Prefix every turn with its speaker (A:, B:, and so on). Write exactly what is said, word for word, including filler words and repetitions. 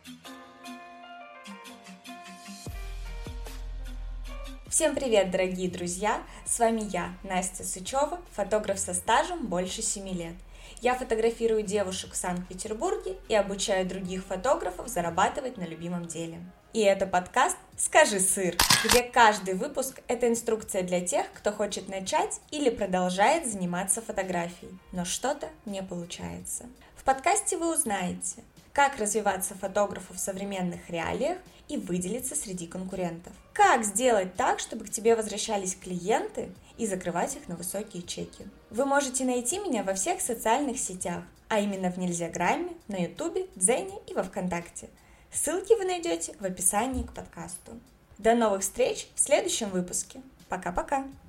A: Всем привет, дорогие друзья! С вами я, Настя Сычева, фотограф со стажем больше семи лет. Я фотографирую девушек в Санкт-Петербурге и обучаю других фотографов зарабатывать на любимом деле. И это подкаст «Скажи, сыр», где каждый выпуск – это инструкция для тех, кто хочет начать или продолжает заниматься фотографией, но что-то не получается. В подкасте вы узнаете, как развиваться фотографу в современных реалиях и выделиться среди конкурентов. Как сделать так, чтобы к тебе возвращались клиенты и закрывать их на высокие чеки. Вы можете найти меня во всех социальных сетях, а именно в Нельзяграме, на Ютубе, Дзене и во Вконтакте. Ссылки вы найдете в описании к подкасту. До новых встреч в следующем выпуске. Пока-пока!